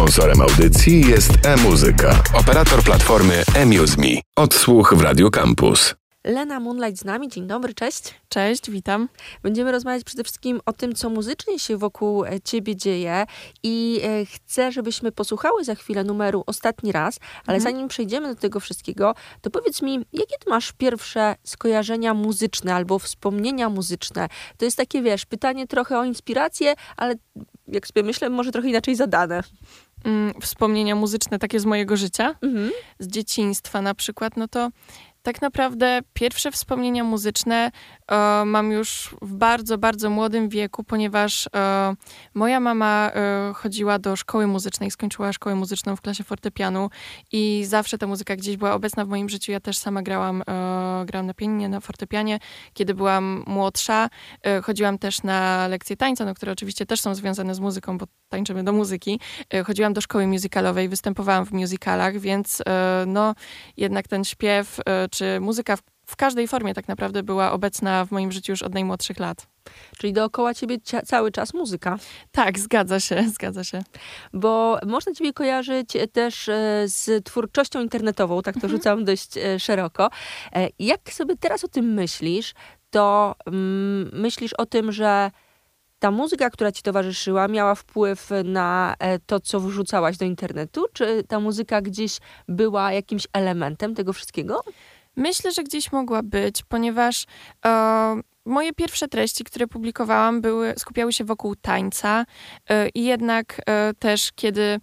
Sponsorem audycji jest e-muzyka, operator platformy eMuseMe. Odsłuch w Radio Campus. Lena Moonlight z nami. Dzień dobry, cześć. Cześć, witam. Będziemy rozmawiać przede wszystkim o tym, co muzycznie się wokół ciebie dzieje i chcę, żebyśmy posłuchały za chwilę numeru Ostatni raz, ale zanim przejdziemy do tego wszystkiego, to powiedz mi, jakie ty masz pierwsze skojarzenia muzyczne albo wspomnienia muzyczne? To jest takie, wiesz, pytanie trochę o inspirację, ale jak sobie myślę, może trochę inaczej zadane. Wspomnienia muzyczne takie z mojego życia, z dzieciństwa na przykład, no to tak naprawdę pierwsze wspomnienia muzyczne mam już w bardzo, bardzo młodym wieku, ponieważ moja mama chodziła do szkoły muzycznej, skończyła szkołę muzyczną w klasie fortepianu i zawsze ta muzyka gdzieś była obecna w moim życiu. Ja też sama grałam na pianinie, na fortepianie. Kiedy byłam młodsza, chodziłam też na lekcje tańca, które oczywiście też są związane z muzyką, bo tańczymy do muzyki. Chodziłam do szkoły musicalowej, występowałam w musicalach, więc jednak ten śpiew czy muzyka w każdej formie tak naprawdę była obecna w moim życiu już od najmłodszych lat. Czyli dookoła ciebie cały czas muzyka. Tak, zgadza się. Bo można ciebie kojarzyć też z twórczością internetową, tak to rzucam dość szeroko. Jak sobie teraz o tym myślisz, to myślisz o tym, że ta muzyka, która ci towarzyszyła, miała wpływ na to, co wrzucałaś do internetu? Czy ta muzyka gdzieś była jakimś elementem tego wszystkiego? Myślę, że gdzieś mogła być, ponieważ moje pierwsze treści, które publikowałam, skupiały się wokół tańca i jednak też kiedy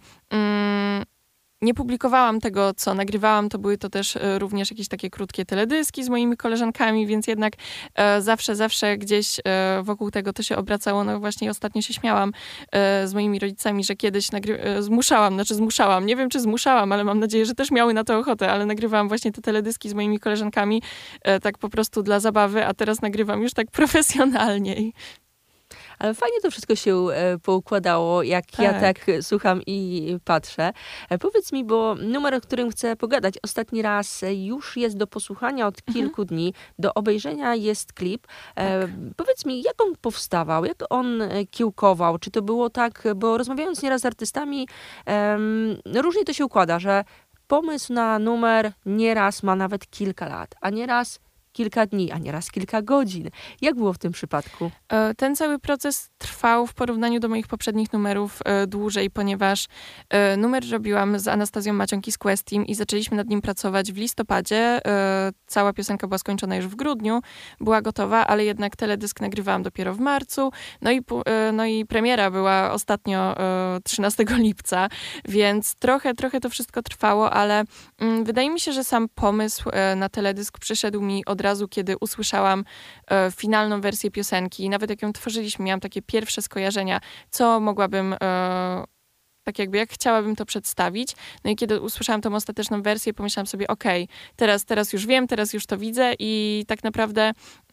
nie publikowałam tego, co nagrywałam, to były to też również jakieś takie krótkie teledyski z moimi koleżankami, więc jednak zawsze gdzieś wokół tego to się obracało. No właśnie ostatnio się śmiałam z moimi rodzicami, że kiedyś zmuszałam, nie wiem czy zmuszałam, ale mam nadzieję, że też miały na to ochotę, ale nagrywałam właśnie te teledyski z moimi koleżankami tak po prostu dla zabawy, a teraz nagrywam już tak profesjonalniej. Ale fajnie to wszystko się poukładało, jak ja tak słucham i patrzę. Powiedz mi, bo numer, o którym chcę pogadać ostatni raz, już jest do posłuchania od kilku dni. Do obejrzenia jest klip. Powiedz mi, jak on powstawał? Jak on kiełkował? Czy to było tak, bo rozmawiając nieraz z artystami, różnie to się układa, że pomysł na numer nieraz ma nawet kilka lat, a nieraz kilka dni, a nieraz kilka godzin. Jak było w tym przypadku? Ten cały proces trwał w porównaniu do moich poprzednich numerów dłużej, ponieważ numer robiłam z Anastazją Macionki z Questim i zaczęliśmy nad nim pracować w listopadzie. Cała piosenka była skończona już w grudniu, była gotowa, ale jednak teledysk nagrywałam dopiero w marcu. No i premiera była ostatnio 13 lipca, więc trochę to wszystko trwało, ale wydaje mi się, że sam pomysł na teledysk przyszedł mi od razu, kiedy usłyszałam finalną wersję piosenki. Nawet jak ją tworzyliśmy, miałam takie pierwsze skojarzenia, co mogłabym, tak jakby jak chciałabym to przedstawić. No i kiedy usłyszałam tą ostateczną wersję, pomyślałam sobie, okej, teraz już wiem, teraz już to widzę i tak naprawdę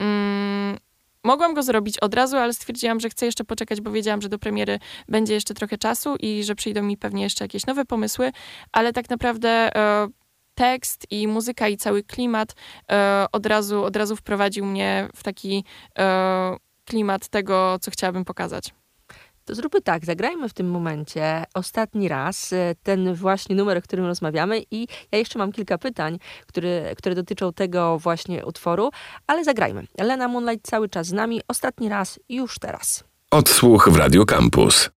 mogłam go zrobić od razu, ale stwierdziłam, że chcę jeszcze poczekać, bo wiedziałam, że do premiery będzie jeszcze trochę czasu i że przyjdą mi pewnie jeszcze jakieś nowe pomysły, ale tak naprawdę tekst i muzyka i cały klimat od razu wprowadził mnie w taki klimat tego, co chciałabym pokazać. To zróbmy tak, zagrajmy w tym momencie ostatni raz ten właśnie numer, o którym rozmawiamy i ja jeszcze mam kilka pytań, które dotyczą tego właśnie utworu, ale zagrajmy. Lena Moonlight cały czas z nami, ostatni raz już teraz. Odsłuch w Radio Campus.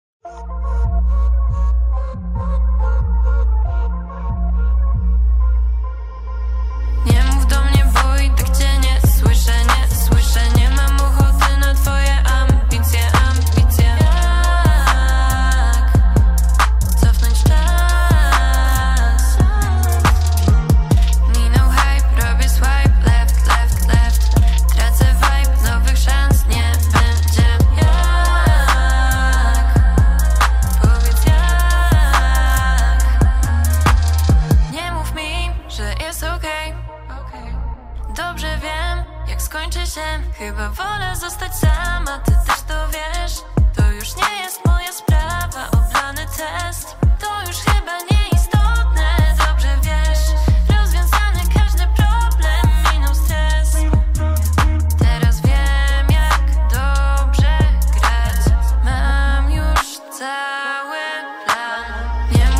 Chyba wolę zostać sama, ty też to wiesz. To już nie jest moja sprawa, oblany test. To już chyba nieistotne, dobrze wiesz. Rozwiązany każdy problem, minął stres. Teraz wiem jak dobrze grać. Mam już cały plan. Nie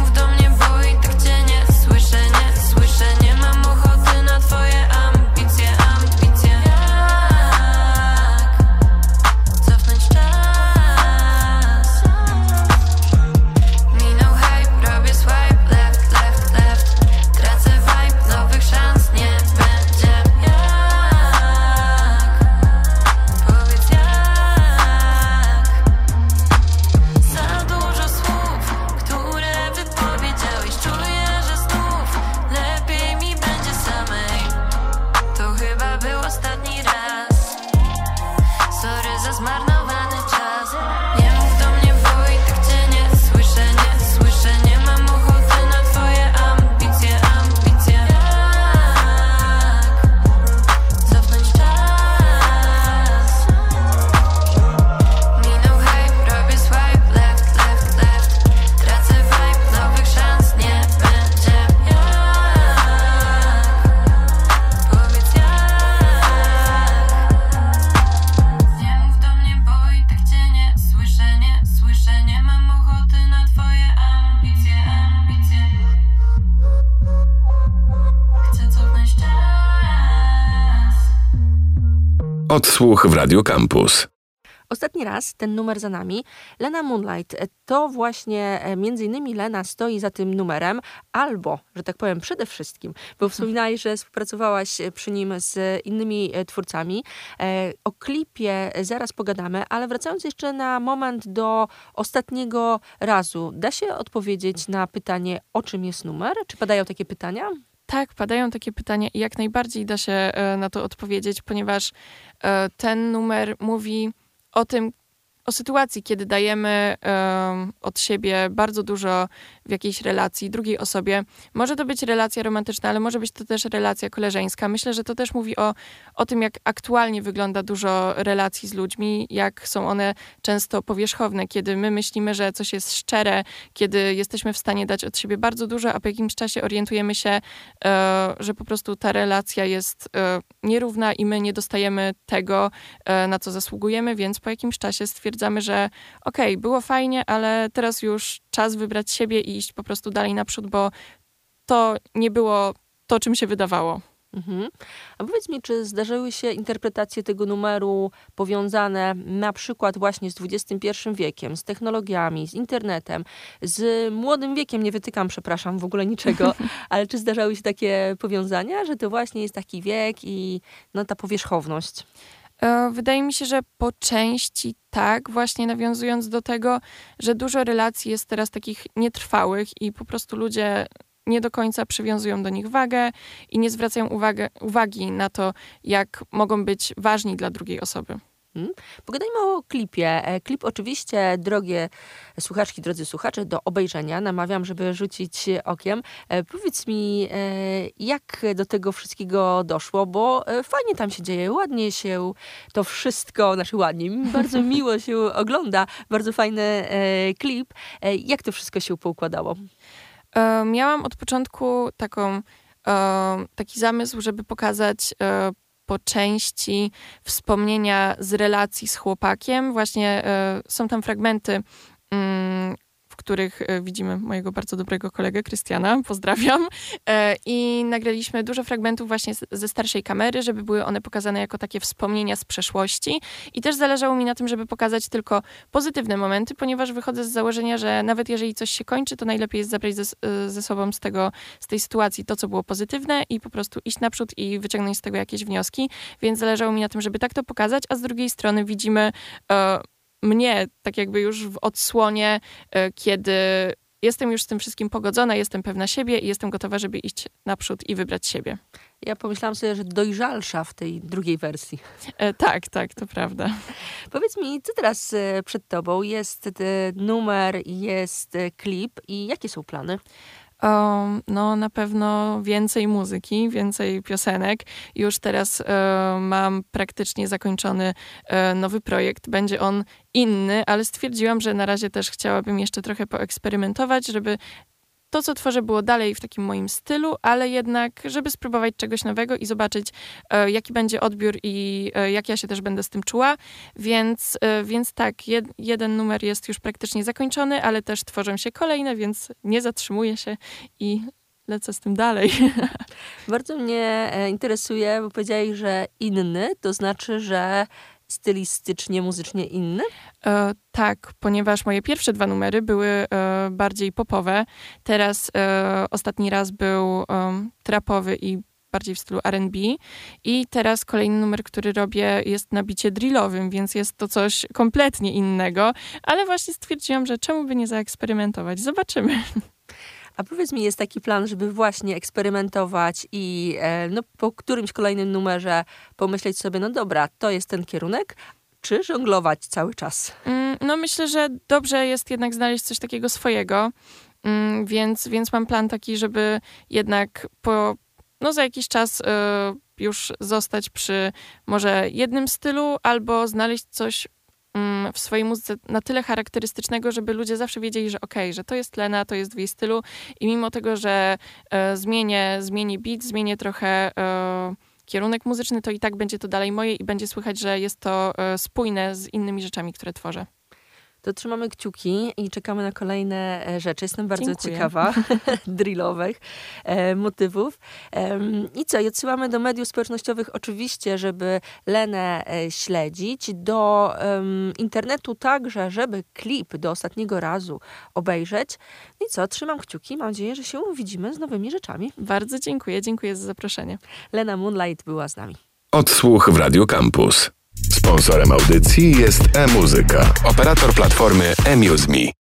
Odsłuch w Radio Campus. Ostatni raz ten numer za nami. Lena Moonlight. To właśnie między innymi Lena stoi za tym numerem, albo, że tak powiem, przede wszystkim, bo wspominałeś, że współpracowałaś przy nim z innymi twórcami. O klipie zaraz pogadamy, ale wracając jeszcze na moment do ostatniego razu. Da się odpowiedzieć na pytanie, o czym jest numer? Czy padają takie pytania? Tak, padają takie pytania i jak najbardziej da się na to odpowiedzieć, ponieważ ten numer mówi o sytuacji, kiedy dajemy od siebie bardzo dużo w jakiejś relacji drugiej osobie. Może to być relacja romantyczna, ale może być to też relacja koleżeńska. Myślę, że to też mówi o tym, jak aktualnie wygląda dużo relacji z ludźmi, jak są one często powierzchowne, kiedy my myślimy, że coś jest szczere, kiedy jesteśmy w stanie dać od siebie bardzo dużo, a po jakimś czasie orientujemy się, że po prostu ta relacja jest nierówna i my nie dostajemy tego, na co zasługujemy, więc po jakimś czasie stwierdzamy, że okej, było fajnie, ale teraz już czas wybrać siebie i iść po prostu dalej naprzód, bo to nie było to, czym się wydawało. Mhm. A powiedz mi, czy zdarzyły się interpretacje tego numeru powiązane na przykład właśnie z XXI wiekiem, z technologiami, z internetem, z młodym wiekiem, nie wytykam, przepraszam, w ogóle niczego, ale czy zdarzały się takie powiązania, że to właśnie jest taki wiek i no, ta powierzchowność? Wydaje mi się, że po części tak, właśnie nawiązując do tego, że dużo relacji jest teraz takich nietrwałych i po prostu ludzie nie do końca przywiązują do nich wagę i nie zwracają uwagi na to, jak mogą być ważni dla drugiej osoby. Pogadajmy o klipie. Klip oczywiście, drogie słuchaczki, drodzy słuchacze, do obejrzenia. Namawiam, żeby rzucić okiem. Powiedz mi, jak do tego wszystkiego doszło, bo fajnie tam się dzieje, ładnie się to wszystko, znaczy ładnie, bardzo miło się ogląda, bardzo fajny klip. Jak to wszystko się poukładało? Miałam od początku taki zamysł, żeby pokazać po części wspomnienia z relacji z chłopakiem. Właśnie są tam fragmenty, w których widzimy mojego bardzo dobrego kolegę Krystiana, pozdrawiam. I nagraliśmy dużo fragmentów właśnie ze starszej kamery, żeby były one pokazane jako takie wspomnienia z przeszłości. I też zależało mi na tym, żeby pokazać tylko pozytywne momenty, ponieważ wychodzę z założenia, że nawet jeżeli coś się kończy, to najlepiej jest zabrać ze sobą z tej sytuacji to, co było pozytywne i po prostu iść naprzód i wyciągnąć z tego jakieś wnioski. Więc zależało mi na tym, żeby tak to pokazać, a z drugiej strony widzimy mnie tak jakby już w odsłonie, kiedy jestem już z tym wszystkim pogodzona, jestem pewna siebie i jestem gotowa, żeby iść naprzód i wybrać siebie. Ja pomyślałam sobie, że dojrzalsza w tej drugiej wersji. Tak, to prawda. Powiedz mi, co teraz przed tobą? Jest numer, jest klip i jakie są plany? No na pewno więcej muzyki, więcej piosenek. Już teraz mam praktycznie zakończony nowy projekt. Będzie on inny, ale stwierdziłam, że na razie też chciałabym jeszcze trochę poeksperymentować, żeby to, co tworzę, było dalej w takim moim stylu, ale jednak, żeby spróbować czegoś nowego i zobaczyć, jaki będzie odbiór i jak ja się też będę z tym czuła. Więc tak, jeden numer jest już praktycznie zakończony, ale też tworzą się kolejne, więc nie zatrzymuję się i lecę z tym dalej. Bardzo mnie interesuje, bo powiedziałeś, że inny, to znaczy, że stylistycznie, muzycznie inny? Tak, ponieważ moje pierwsze 2 numery były bardziej popowe. Teraz ostatni raz był trapowy i bardziej w stylu R&B. I teraz kolejny numer, który robię, jest na bicie drillowym, więc jest to coś kompletnie innego. Ale właśnie stwierdziłam, że czemu by nie zaeksperymentować? Zobaczymy. A powiedz mi, jest taki plan, żeby właśnie eksperymentować i po którymś kolejnym numerze pomyśleć sobie, no dobra, to jest ten kierunek, czy żonglować cały czas? No myślę, że dobrze jest jednak znaleźć coś takiego swojego, więc mam plan taki, żeby jednak za jakiś czas już zostać przy może jednym stylu albo znaleźć coś w swojej muzyce na tyle charakterystycznego, żeby ludzie zawsze wiedzieli, że okej, że to jest Lena, to jest w jej stylu i mimo tego, że zmienię beat, zmienię trochę kierunek muzyczny, to i tak będzie to dalej moje i będzie słychać, że jest to spójne z innymi rzeczami, które tworzę. To trzymamy kciuki i czekamy na kolejne rzeczy. Jestem bardzo Dziękuję. ciekawa drillowych motywów. I co? I odsyłamy do mediów społecznościowych oczywiście, żeby Lenę śledzić. Do internetu także, żeby klip do ostatniego razu obejrzeć. I co? Trzymam kciuki. Mam nadzieję, że się widzimy z nowymi rzeczami. Bardzo dziękuję za zaproszenie. Lena Moonlight była z nami. Odsłuch w Radio Campus. Sponsorem audycji jest e-muzyka, operator platformy eMuseMe.